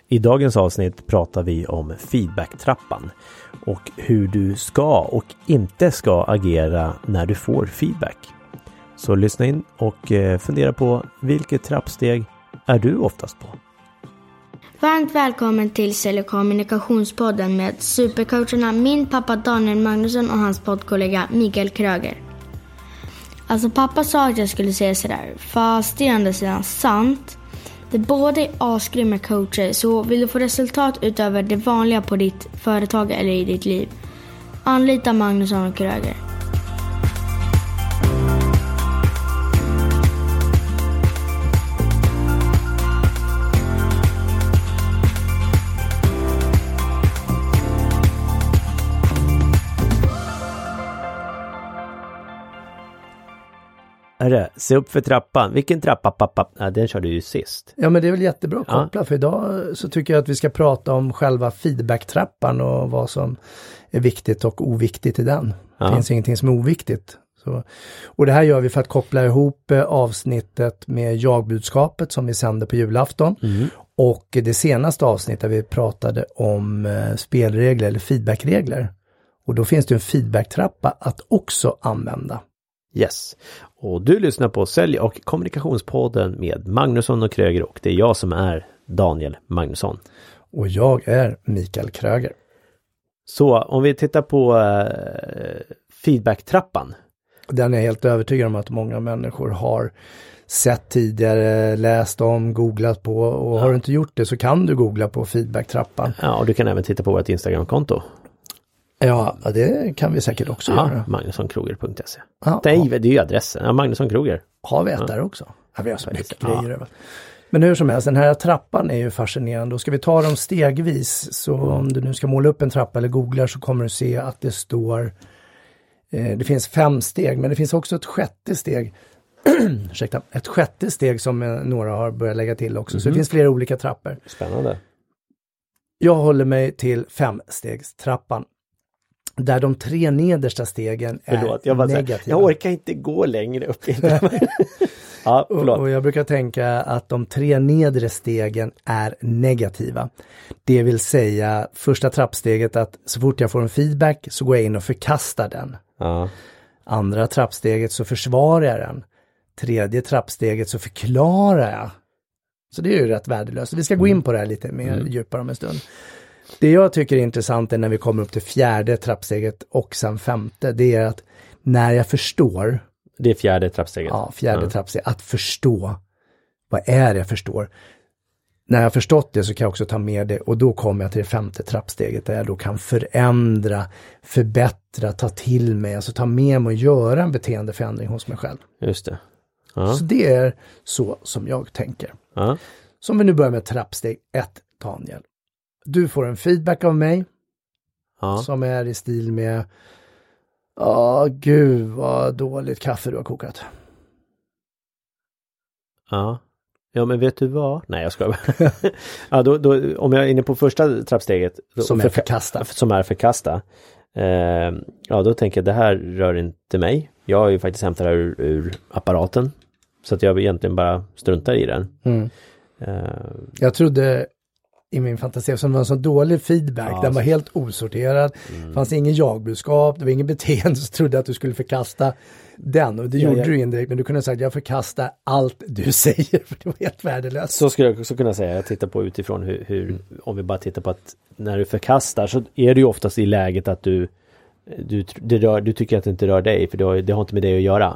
I dagens avsnitt pratar vi om feedbacktrappan och hur du ska och inte ska agera när du får feedback. Så lyssna in och fundera på vilket trappsteg är du oftast på. Varmt välkommen till Sälj- och kommunikationspodden med supercoacherna min pappa Daniel Magnusson och hans poddkollega Mikael Kröger. Alltså pappa sa att jag skulle säga sådär, fast det är ändå sedan sant. Det båda är asgrymma coacher, så vill du få resultat utöver det vanliga på ditt företag eller i ditt liv, anlita Magnusson och Kröger. Se upp för trappan. Vilken trappa, pappa? Ja, den kör du ju sist. Ja, men det är väl jättebra att koppla. För idag så tycker jag att vi ska prata om själva feedbacktrappan och vad som är viktigt och oviktigt i den. Det finns ingenting som är oviktigt. Så. Och det här gör vi för att koppla ihop avsnittet med jagbudskapet som vi sände på julafton. Och det senaste avsnittet där vi pratade om spelregler eller feedbackregler. Och då finns det en feedbacktrappa att också använda. Yes. Och du lyssnar på Sälj- och kommunikationspodden med Magnusson och Kröger, och det är jag som är Daniel Magnusson. Och jag är Mikael Kröger. Så om vi tittar på feedbacktrappan. Den är helt övertygad om att många människor har sett tidigare, läst om, googlat på. Och har du inte gjort det så kan du googla på feedbacktrappan. Ja, och du kan även titta på vårt Instagramkonto. Ja, det kan vi säkert också göra. Magnussonkroger.se. Ja, det är ju adressen. Ja, Magnusson Kroger. Har vi ett där också? Ja, vi har så mycket grejer över. Men hur som helst, den här trappan är ju fascinerande. Och ska vi ta dem stegvis, så om du nu ska måla upp en trappa eller googlar så kommer du se att det står, det finns 5 steg, men det finns också ett sjätte steg. Ursäkta, ett sjätte steg som några har börjat lägga till också. Så det finns flera olika trappor. Spännande. Jag håller mig till 5-stegstrappan. Där de 3 nedersta stegen är negativa. Jag orkar inte gå längre upp. Ja, och jag brukar tänka att de 3 nedre stegen är negativa. Det vill säga första trappsteget att så fort jag får en feedback så går jag in och förkastar den. Ja. Andra trappsteget så försvarar jag den. Tredje trappsteget så förklarar jag. Så det är ju rätt värdelöst. Vi ska gå in på det här lite mer djupare om en stund. Det jag tycker är intressant är när vi kommer upp till 4:e trappsteget och sen 5:e, det är att när jag förstår. Det är 4:e trappsteget. Ja, 4:e trappsteget. Att förstå. Vad är det jag förstår? När jag har förstått det så kan jag också ta med det, och då kommer jag till det 5:e trappsteget där jag då kan förändra, förbättra, ta till mig, alltså ta med mig och göra en beteendeförändring hos mig själv. Just det. Ja. Så det är så som jag tänker. Ja. Så om vi nu börjar med trappsteg 1, Daniel. Du får en feedback av mig som är i stil med gud vad dåligt kaffe du har kokat. Ja, men vet du vad? Nej, jag ska då, om jag är inne på första trappsteget som är förkasta. Då tänker jag det här rör inte mig. Jag har ju faktiskt hämtat det här ur apparaten, så att jag egentligen bara struntar i den. Jag trodde i min fantasi som var en så dålig feedback, den var helt osorterad, fanns ingen jagbudskap, det var ingen beteende, så trodde jag att du skulle förkasta den, och det gjorde du indirekt, men du kunde säga att jag förkastar allt du säger, för det var helt värdelöst. Så skulle jag också kunna säga, jag tittar på utifrån hur om vi bara tittar på att när du förkastar så är det ju oftast i läget att du tycker att det inte rör dig, för det har inte med dig att göra.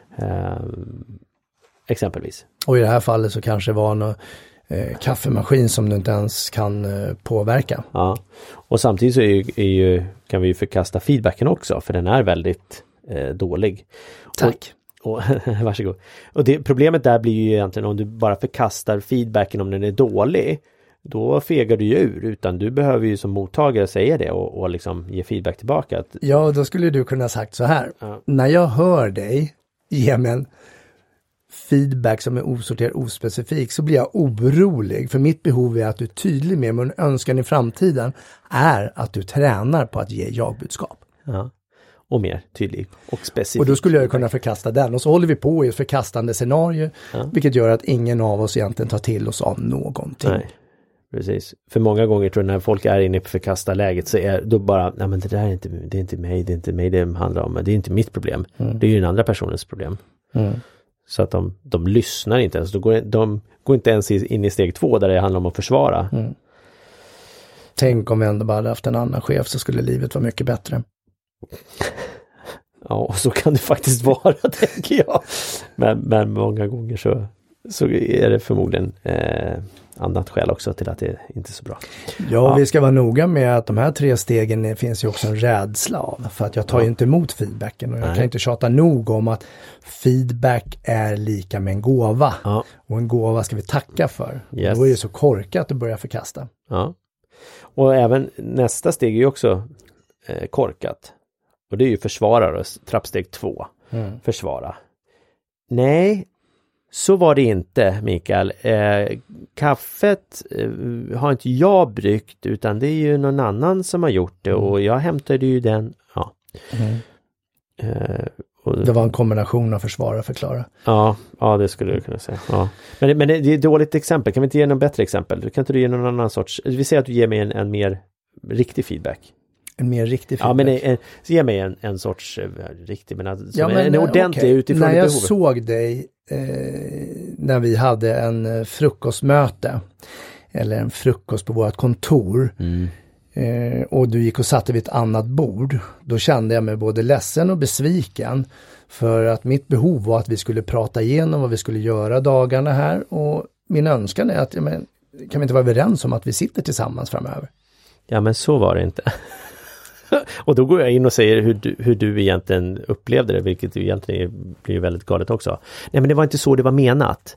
Exempelvis. Och i det här fallet så kanske det var någon kaffemaskin som du inte ens kan påverka. Ja, och samtidigt så kan vi ju förkasta feedbacken också, för den är väldigt dålig. Tack. Och varsågod. Och problemet där blir ju egentligen om du bara förkastar feedbacken om den är dålig, då fegar du ju ur, utan du behöver ju som mottagare säga det och liksom ge feedback tillbaka. Ja, då skulle du kunna sagt så här. När jag hör dig ge mig en feedback som är osorterad, ospecifik, så blir jag orolig, för mitt behov är att du är tydlig med mig, och en önskan i framtiden är att du tränar på att ge jagbudskap. Ja. Och mer tydlig och specifik. Och då skulle jag kunna förkasta den. Och så håller vi på i ett förkastande scenario. Ja. Vilket gör att ingen av oss egentligen tar till oss av någonting. Nej. Precis. För många gånger tror jag när folk är inne på förkastarläget så är då bara, nej men det där är inte mig det handlar om. Det är inte mitt problem. Det är ju den andra personens problem. Så att de lyssnar inte ens. De går inte ens in i steg 2 där det handlar om att försvara. Tänk om vi ändå bara hade haft en annan chef så skulle livet vara mycket bättre. Ja, och så kan det faktiskt vara, tänker jag. Men många gånger så är det förmodligen annat skäl också till att det inte är så bra. Ja, vi ska vara noga med att de här 3 stegen finns ju också en rädsla av. För att jag tar ju inte emot feedbacken och jag kan inte tjata nog om att feedback är lika med en gåva. Ja. Och en gåva ska vi tacka för. Yes. Då är det så korkat att börja förkasta. Ja. Och även nästa steg är ju också korkat. Och det är ju försvara, trappsteg 2. Försvara. Nej, så var det inte, Mikael. Kaffet har inte jag bryggt, utan det är ju någon annan som har gjort det. Och jag hämtade ju den. Ja. Det var en kombination av försvara och förklara. Ja, det skulle du kunna säga. Ja. Men det är ett dåligt exempel. Kan vi inte ge någon bättre exempel? Kan inte du ge någon annan sorts... Vi säger att du ger mig en mer riktig feedback. En mer riktig feedback? Ja, men ge mig en sorts riktig, men en ordentlig utifrån när jag behovet. Såg dig när vi hade en frukostmöte eller en frukost på vårt kontor och du gick och satte vid ett annat bord, då kände jag mig både ledsen och besviken för att mitt behov var att vi skulle prata igenom vad vi skulle göra dagarna här, och min önskan är att kan vi inte vara överens om att vi sitter tillsammans framöver? Ja, men så var det inte. Och då går jag in och säger hur du egentligen upplevde det, vilket egentligen blir väldigt galet också. Nej, men det var inte så det var menat.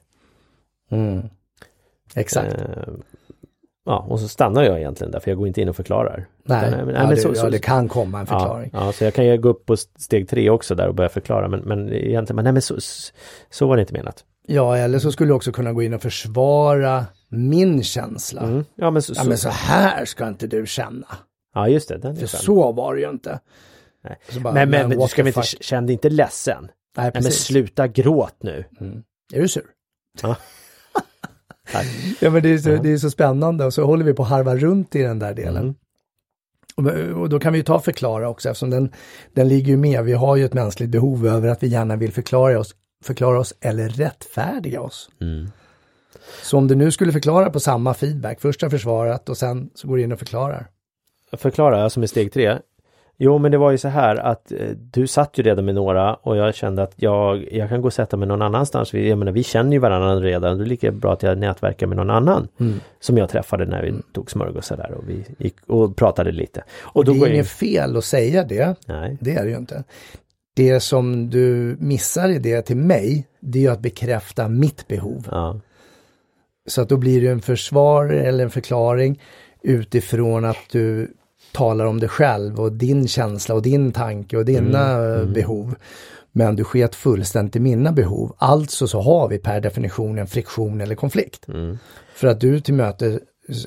Exakt. Ja, och så stannar jag egentligen där, för jag går inte in och förklarar. Det kan komma en förklaring. Ja, så jag kan ju gå upp på steg 3 också där och börja förklara, men egentligen, så var det inte menat. Ja, eller så skulle du också kunna gå in och försvara min känsla. Ja, men så här ska inte du känna. Ja, just det. För så var det ju inte. Nej. Men du ska väl inte känna dig inte ledsen? Nej, precis. Men sluta gråt nu. Är du sur? Ja. Ja, men det är så spännande, och så håller vi på att harva runt i den där delen. Och då kan vi ju ta förklara också, eftersom den ligger ju med. Vi har ju ett mänskligt behov över att vi gärna vill förklara oss eller rättfärdiga oss. Så om du nu skulle förklara på samma feedback, först har försvarat och sen så går du in och förklarar. Förklara som i steg 3. Jo, men det var ju så här att du satt ju redan med några, och jag kände att jag kan gå och sätta mig någon annanstans. Vi känner ju varandra redan. Det är lika bra att jag nätverkar med någon annan som jag träffade när vi tog smörgåsar där, och vi gick och pratade lite. Och det är inget fel att säga det. Nej. Det är det ju inte. Det som du missar i det till mig, det är ju att bekräfta mitt behov. Ja. Så att då blir det en försvar eller en förklaring utifrån att du talar om dig själv och din känsla och din tanke och dina behov. Men du sket fullständigt i mina behov. Alltså så har vi per definition en friktion eller konflikt. För att du mötte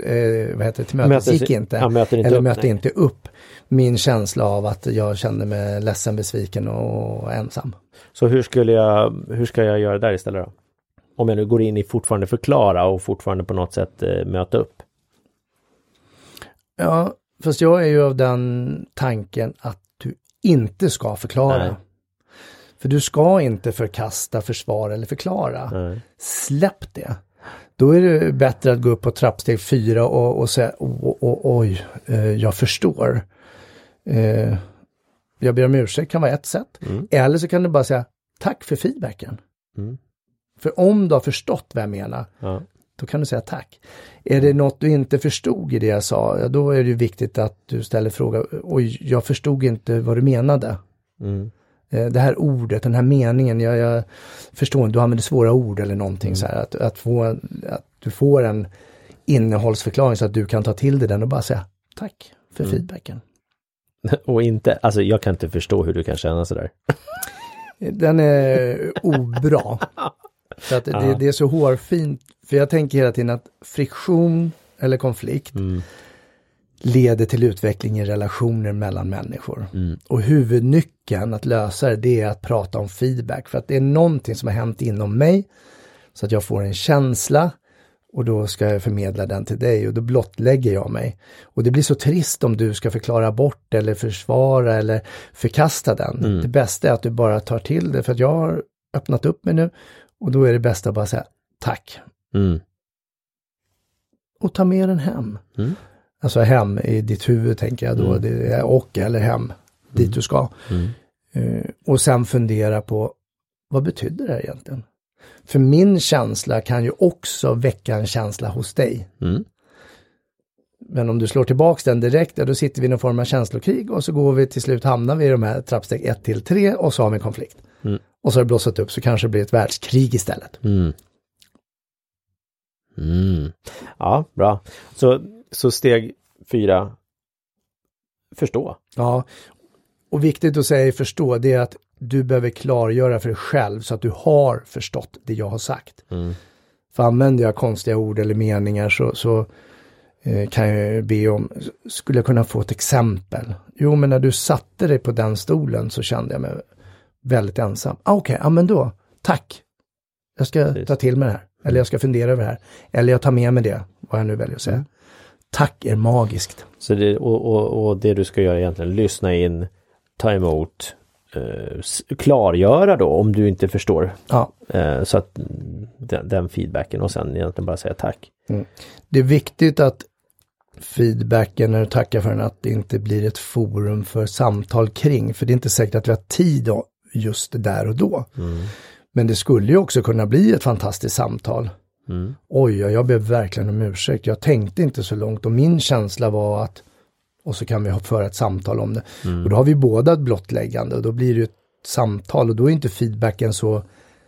inte upp min känsla av att jag kände mig ledsen, besviken och ensam. Så hur ska jag göra där istället då? Om jag nu går in i fortfarande förklara och fortfarande på något sätt möta upp. Ja, fast jag är ju av den tanken att du inte ska förklara. Nej. För du ska inte förkasta, försvara eller förklara. Nej. Släpp det. Då är det bättre att gå upp på trappsteg 4 och säga oj, jag förstår. Jag ber om ursäkt kan vara ett sätt. Eller så kan du bara säga tack för feedbacken. För om du har förstått vad jag menar, då kan du säga tack. Är det något du inte förstod i det jag sa, då är det ju viktigt att du ställer frågan, oj, jag förstod inte vad du menade. Det här ordet, den här meningen, jag förstår inte, du använder svåra ord eller någonting så här, att du får en innehållsförklaring så att du kan ta till dig den och bara säga tack för feedbacken. Och inte, alltså jag kan inte förstå hur du kan känna sådär. Den är obra. För att det är så hårfint. För jag tänker hela tiden att friktion eller konflikt leder till utveckling i relationer mellan människor. Och huvudnyckeln att lösa det är att prata om feedback. För att det är någonting som har hänt inom mig så att jag får en känsla Och då ska jag förmedla den till dig och då blottlägger jag mig. Och det blir så trist om du ska förklara bort eller försvara eller förkasta den. Det bästa är att du bara tar till det, för att jag har öppnat upp mig nu och då är det bästa att bara säga tack. Och ta med den hem. Alltså hem i ditt huvud tänker jag då, det är eller hem dit du ska. Och sen fundera på, vad betyder det här egentligen? För min känsla kan ju också väcka en känsla hos dig. Men om du slår tillbaks den direkt, då sitter vi i någon form av känslokrig och så går vi till slut, hamnar vi i de här trappsteg 1-3 och så har vi en konflikt. Och så har det blossat upp, så kanske det blir ett världskrig istället. Ja, bra. Så steg 4, förstå. Ja, och viktigt att säga förstå, det är att du behöver klargöra för dig själv så att du har förstått det jag har sagt. För använder jag konstiga ord eller meningar så kan jag be om, skulle jag kunna få ett exempel? Jo, men när du satte dig på den stolen så kände jag mig väldigt ensam. Okej, men då, tack. Jag ska ta till mig det här. Eller jag ska fundera över det här. Eller jag tar med mig det, vad jag nu väljer att säga. Tack är magiskt. Så det, och det du ska göra egentligen, lyssna in, ta emot, klargöra då om du inte förstår. Ja. Så att den feedbacken och sen egentligen bara säga tack. Det är viktigt att feedbacken när du tackar för den, att det inte blir ett forum för samtal kring. För det är inte säkert att vi har tid just där och då. Men det skulle ju också kunna bli ett fantastiskt samtal. Oj, jag ber verkligen om ursäkt. Jag tänkte inte så långt och min känsla var att, och så kan vi föra ett samtal om det. Och då har vi båda ett blottläggande och då blir det ett samtal och då är inte feedbacken så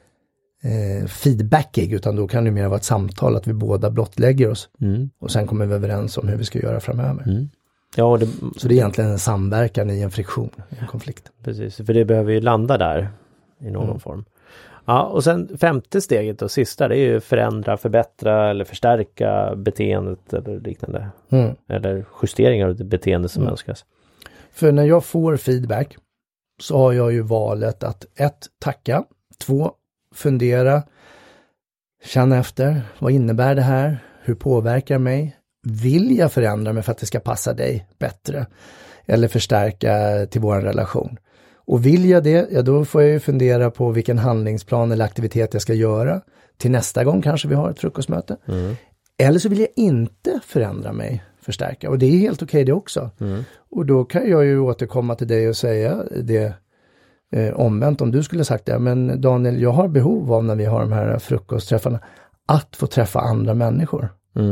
feedbackig, utan då kan det mer vara ett samtal att vi båda blottlägger oss. Och sen kommer vi överens om hur vi ska göra framöver. Ja, så det är egentligen en samverkan i en friktion, i en konflikt. Precis, för det behöver ju landa där i någon form. Ja, och sen 5:e steget och sista, det är ju förändra, förbättra eller förstärka beteendet eller liknande. Eller justeringar av det beteende som önskas. För när jag får feedback så har jag ju valet att 1. Tacka, 2. Fundera, känna efter, vad innebär det här? Hur påverkar mig? Vill jag förändra mig för att det ska passa dig bättre? Eller förstärka till vår relation? Och vill jag det, ja då får jag ju fundera på vilken handlingsplan eller aktivitet jag ska göra. Till nästa gång kanske vi har ett frukostmöte. Eller så vill jag inte förändra mig, förstärka. Och det är helt okej det också. Och då kan jag ju återkomma till dig och säga det omvänt. Om du skulle sagt det, men Daniel, jag har behov av när vi har de här frukostträffarna att få träffa andra människor.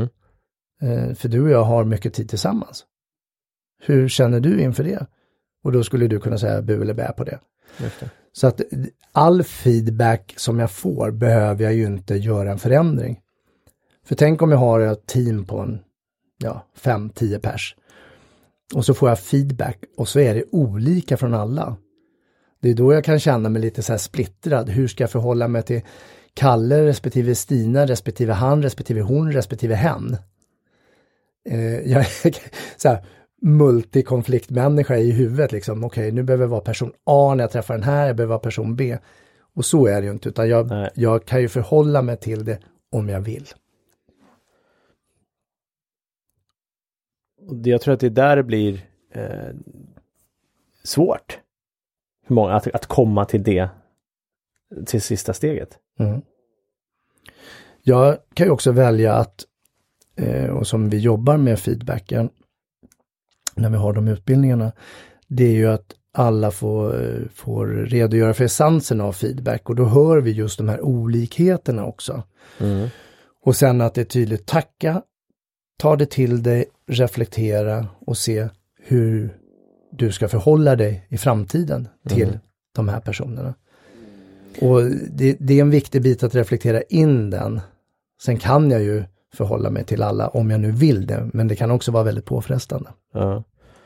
För du och jag har mycket tid tillsammans. Hur känner du inför det? Och då skulle du kunna säga bu eller bä på det. Så att all feedback som jag får behöver jag ju inte göra en förändring. För tänk om jag har ett team på 5-10 pers. Och så får jag feedback och så är det olika från alla. Det är då jag kan känna mig lite så här splittrad. Hur ska jag förhålla mig till Kalle respektive Stina respektive han respektive hon respektive hen? Jag är så här multikonfliktmänniska i huvudet liksom. Okej, nu behöver jag vara person A när jag träffar den här, jag behöver vara person B. Och så är det ju inte, utan jag kan ju förhålla mig till det om jag vill. Jag tror att det där blir svårt för många att komma till det, till sista steget. Jag kan ju också välja att, och som vi jobbar med feedbacken när vi har de utbildningarna, det är ju att alla får redogöra för essensen av feedback och då hör vi just de här olikheterna också. Och sen att det är tydligt, tacka, ta det till dig, reflektera och se hur du ska förhålla dig i framtiden till de här personerna. Och det är en viktig bit att reflektera in den. Sen kan jag ju förhålla mig till alla om jag nu vill det, men det kan också vara väldigt påfrestande. Ja.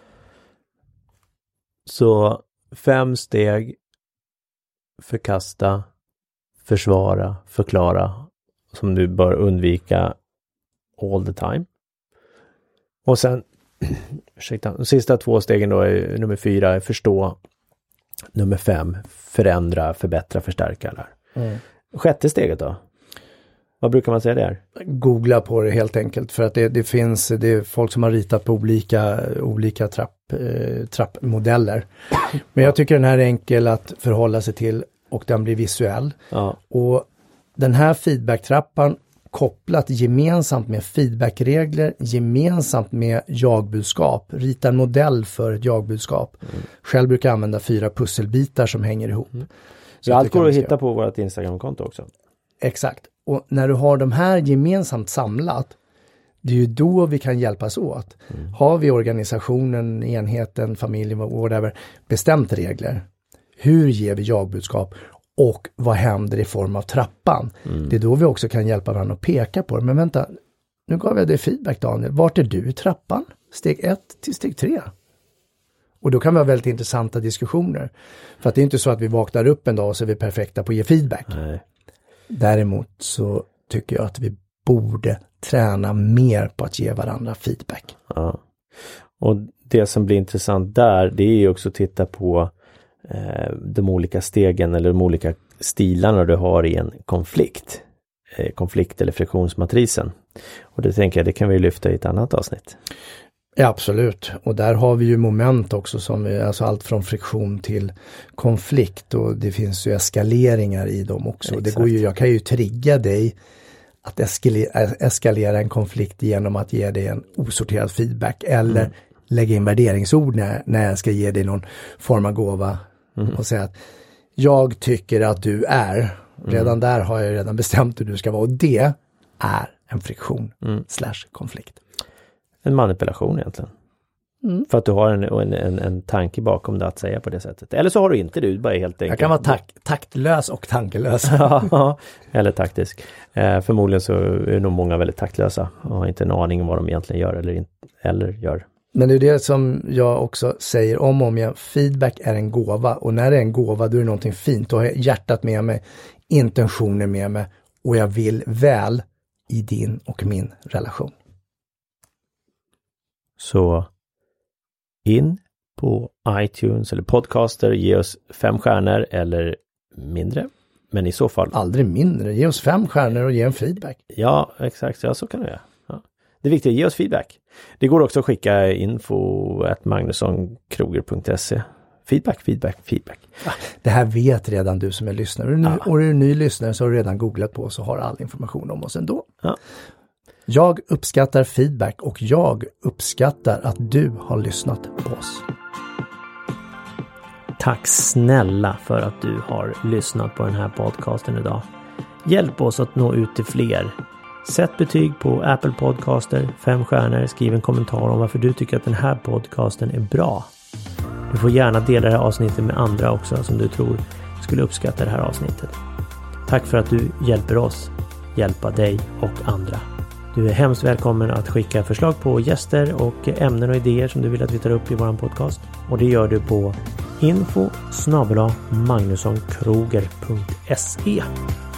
Så 5 steg: förkasta, försvara, förklara, som du bör undvika all the time. Och sen de sista 2 stegen då är nummer 4 är förstå, nummer 5 förändra, förbättra, förstärka. 6:e steget då? Vad brukar man säga det är? Googla på det helt enkelt, för att det är folk som har ritat på olika trappmodeller. Men jag tycker den här är enkel att förhålla sig till och den blir visuell. Ja. Och den här feedback-trappan kopplat gemensamt med feedbackregler, gemensamt med jagbudskap, rita en modell för ett jagbudskap. Själv brukar jag använda 4 pusselbitar som hänger ihop. Så allt går att hitta på vårt Instagram-konto också. Exakt. Och när du har de här gemensamt samlat, det är ju då vi kan hjälpas åt. Har vi organisationen, enheten, familjen, whatever, bestämt regler. Hur ger vi jagbudskap? Och vad händer i form av trappan? Det är då vi också kan hjälpa varandra att peka på det. Men vänta, nu gav jag dig feedback, Daniel. Vart är du i trappan? Steg 1 till steg 3. Och då kan vi ha väldigt intressanta diskussioner. För att det är inte så att vi vaknar upp en dag och så är vi perfekta på att ge feedback. Nej. Däremot så tycker jag att vi borde träna mer på att ge varandra feedback. Ja. Och det som blir intressant där, det är ju också att titta på de olika stegen eller de olika stilarna du har i en konflikt. Konflikt- eller friktionsmatrisen. Och det tänker jag, det kan vi lyfta i ett annat avsnitt. Ja, absolut. Och där har vi ju moment också som alltså allt från friktion till konflikt, och det finns ju eskaleringar i dem också. Det går ju, jag kan ju trigga dig att eskalera en konflikt genom att ge dig en osorterad feedback eller lägga in värderingsord när jag ska ge dig någon form av gåva och säga att jag tycker att du är, redan där har jag redan bestämt hur du ska vara, och det är en friktion / konflikt. En manipulation egentligen. För att du har en tanke bakom det att säga på det sättet. Eller så har du inte, du bara helt enkelt. Jag kan vara taktlös och tankelös. Ja, eller taktisk. Förmodligen så är nog många väldigt taktlösa och har inte en aning om vad de egentligen gör eller gör. Men det är det som jag också säger om och om igen. Feedback är en gåva, och när det är en gåva då är det någonting fint. Då har jag hjärtat med mig, intentioner med mig, och jag vill väl i din och min relation. Så in på iTunes eller Podcaster, ge oss 5 stjärnor eller mindre. Men i så fall... Aldrig mindre, ge oss 5 stjärnor och ge en feedback. Ja, exakt. Ja, så kan du göra. Ja. Det är viktigt, ge oss feedback. Det går också att skicka info@magnussonkroger.se. Feedback. Det här vet redan du som är lyssnare. Och är du ny lyssnare så har du redan googlat på oss och har all information om oss ändå. Ja. Jag uppskattar feedback och jag uppskattar att du har lyssnat på oss. Tack snälla för att du har lyssnat på den här podcasten idag. Hjälp oss att nå ut till fler. Sätt betyg på Apple Podcaster, 5 stjärnor, skriv en kommentar om varför du tycker att den här podcasten är bra. Du får gärna dela det här avsnittet med andra också som du tror skulle uppskatta det här avsnittet. Tack för att du hjälper oss hjälpa dig och andra. Du är hemskt välkommen att skicka förslag på gäster och ämnen och idéer som du vill att vi tar upp i våran podcast. Och det gör du på info@magnussonkroger.se.